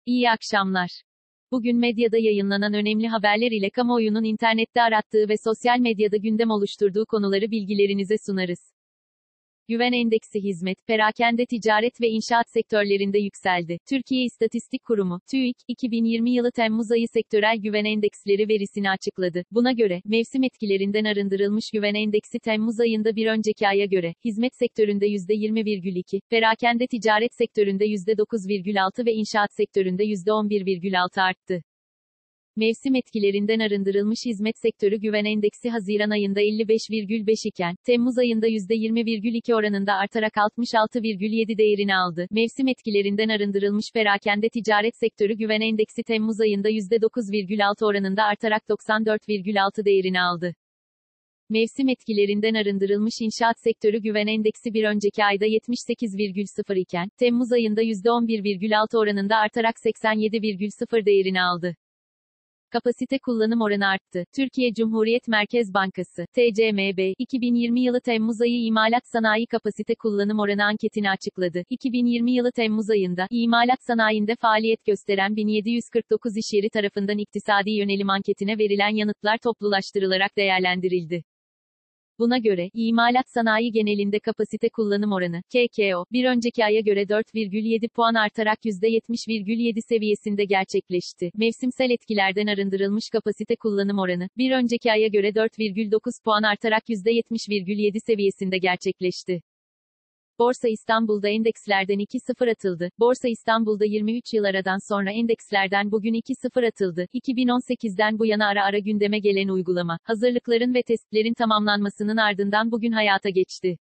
İyi akşamlar. Bugün medyada yayınlanan önemli haberler ile kamuoyunun internette arattığı ve sosyal medyada gündem oluşturduğu konuları bilgilerinize sunarız. Güven Endeksi hizmet, perakende ticaret ve inşaat sektörlerinde yükseldi. Türkiye İstatistik Kurumu, TÜİK, 2020 yılı Temmuz ayı sektörel güven endeksleri verisini açıkladı. Buna göre, mevsim etkilerinden arındırılmış güven endeksi Temmuz ayında bir önceki aya göre, hizmet sektöründe %20,2, perakende ticaret sektöründe %9,6 ve inşaat sektöründe %11,6 arttı. Mevsim etkilerinden arındırılmış hizmet sektörü güven endeksi Haziran ayında 55,5 iken, Temmuz ayında %20,2 oranında artarak 66,7 değerini aldı. Mevsim etkilerinden arındırılmış perakende ticaret sektörü güven endeksi Temmuz ayında %9,6 oranında artarak 94,6 değerini aldı. Mevsim etkilerinden arındırılmış inşaat sektörü güven endeksi bir önceki ayda 78,0 iken, Temmuz ayında %11,6 oranında artarak 87,0 değerini aldı. Kapasite kullanım oranı arttı. Türkiye Cumhuriyet Merkez Bankası, TCMB, 2020 yılı Temmuz ayı imalat sanayi kapasite kullanım oranı anketini açıkladı. 2020 yılı Temmuz ayında, imalat sanayinde faaliyet gösteren 1749 iş yeri tarafından iktisadi yönelim anketine verilen yanıtlar toplulaştırılarak değerlendirildi. Buna göre, imalat sanayi genelinde kapasite kullanım oranı, KKO, bir önceki aya göre 4,7 puan artarak %70,7 seviyesinde gerçekleşti. Mevsimsel etkilerden arındırılmış kapasite kullanım oranı, bir önceki aya göre 4,9 puan artarak %70,7 seviyesinde gerçekleşti. Borsa İstanbul'da endekslerden 2-0 atıldı. Borsa İstanbul'da 23 yıl aradan sonra endekslerden bugün 2-0 atıldı. 2018'den bu yana ara ara gündeme gelen uygulama, hazırlıkların ve testlerin tamamlanmasının ardından bugün hayata geçti.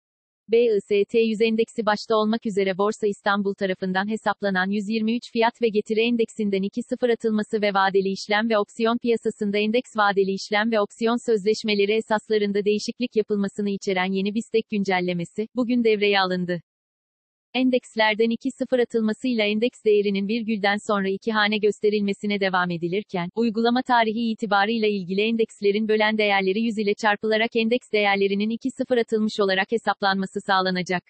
BIST 100 endeksi başta olmak üzere Borsa İstanbul tarafından hesaplanan 123 fiyat ve getiri endeksinden 2-0 atılması ve vadeli işlem ve opsiyon piyasasında endeks vadeli işlem ve opsiyon sözleşmeleri esaslarında değişiklik yapılmasını içeren yeni BIST güncellemesi, bugün devreye alındı. Endekslerden 2-0 atılmasıyla endeks değerinin virgülden sonra 2 hane gösterilmesine devam edilirken, uygulama tarihi itibarıyla ilgili endekslerin bölen değerleri 100 ile çarpılarak endeks değerlerinin 2-0 atılmış olarak hesaplanması sağlanacak.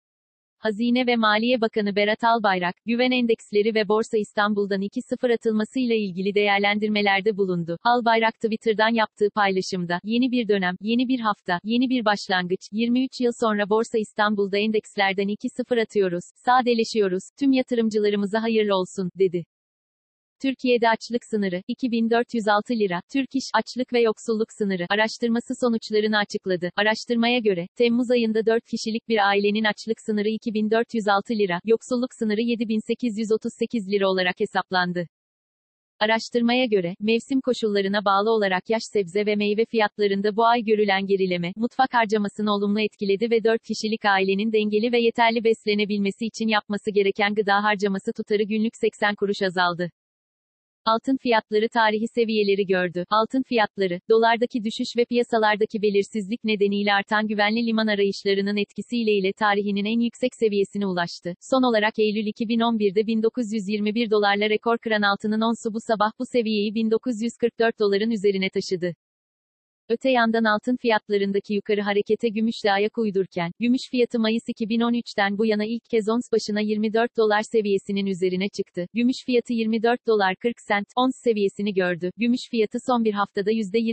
Hazine ve Maliye Bakanı Berat Albayrak, güven endeksleri ve Borsa İstanbul'dan 2-0 atılmasıyla ilgili değerlendirmelerde bulundu. Albayrak Twitter'dan yaptığı paylaşımda, yeni bir dönem, yeni bir hafta, yeni bir başlangıç, 23 yıl sonra Borsa İstanbul'da endekslerden 2-0 atıyoruz, sadeleşiyoruz, tüm yatırımcılarımıza hayırlı olsun, dedi. Türkiye'de açlık sınırı, 2406 lira, Türk İş, açlık ve yoksulluk sınırı, araştırması sonuçlarını açıkladı. Araştırmaya göre, Temmuz ayında 4 kişilik bir ailenin açlık sınırı 2406 lira, yoksulluk sınırı 7838 lira olarak hesaplandı. Araştırmaya göre, mevsim koşullarına bağlı olarak yaş sebze ve meyve fiyatlarında bu ay görülen gerileme, mutfak harcamasını olumlu etkiledi ve 4 kişilik ailenin dengeli ve yeterli beslenebilmesi için yapması gereken gıda harcaması tutarı günlük 80 kuruş azaldı. Altın fiyatları tarihi seviyeleri gördü. Altın fiyatları, dolardaki düşüş ve piyasalardaki belirsizlik nedeniyle artan güvenli liman arayışlarının etkisiyle tarihinin en yüksek seviyesine ulaştı. Son olarak Eylül 2011'de 1921 dolarla rekor kıran altının onsu bu sabah bu seviyeyi 1944 doların üzerine taşıdı. Öte yandan altın fiyatlarındaki yukarı harekete gümüş de ayak uydurken, gümüş fiyatı Mayıs 2013'ten bu yana ilk kez ons başına 24 dolar seviyesinin üzerine çıktı. Gümüş fiyatı 24 dolar 40 sent, ons seviyesini gördü. Gümüş fiyatı son bir haftada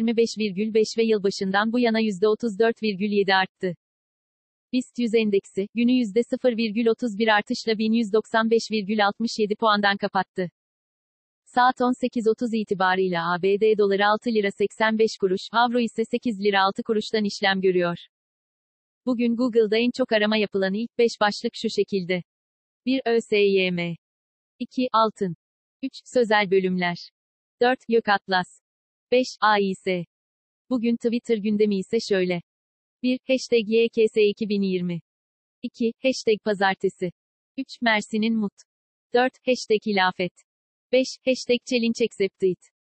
%25,5 ve yılbaşından bu yana %34,7 arttı. BIST 100 endeksi, günü %0,31 artışla 1195,67 puandan kapattı. Saat 18.30 itibarıyla ABD doları 6 lira 85 kuruş, avro ise 8 lira 6 kuruştan işlem görüyor. Bugün Google'da en çok arama yapılan ilk 5 başlık şu şekilde. 1. ÖSYM. 2. Altın. 3. Sözel bölümler. 4. Gök Atlas. 5. AİS. Bugün Twitter gündemi ise şöyle. 1. Hashtag YKS 2020. 2. Hashtag Pazartesi. 3. Mersin'in Mut. 4. Hashtag Hilafet. 5. Hashtag Challenge Accepted.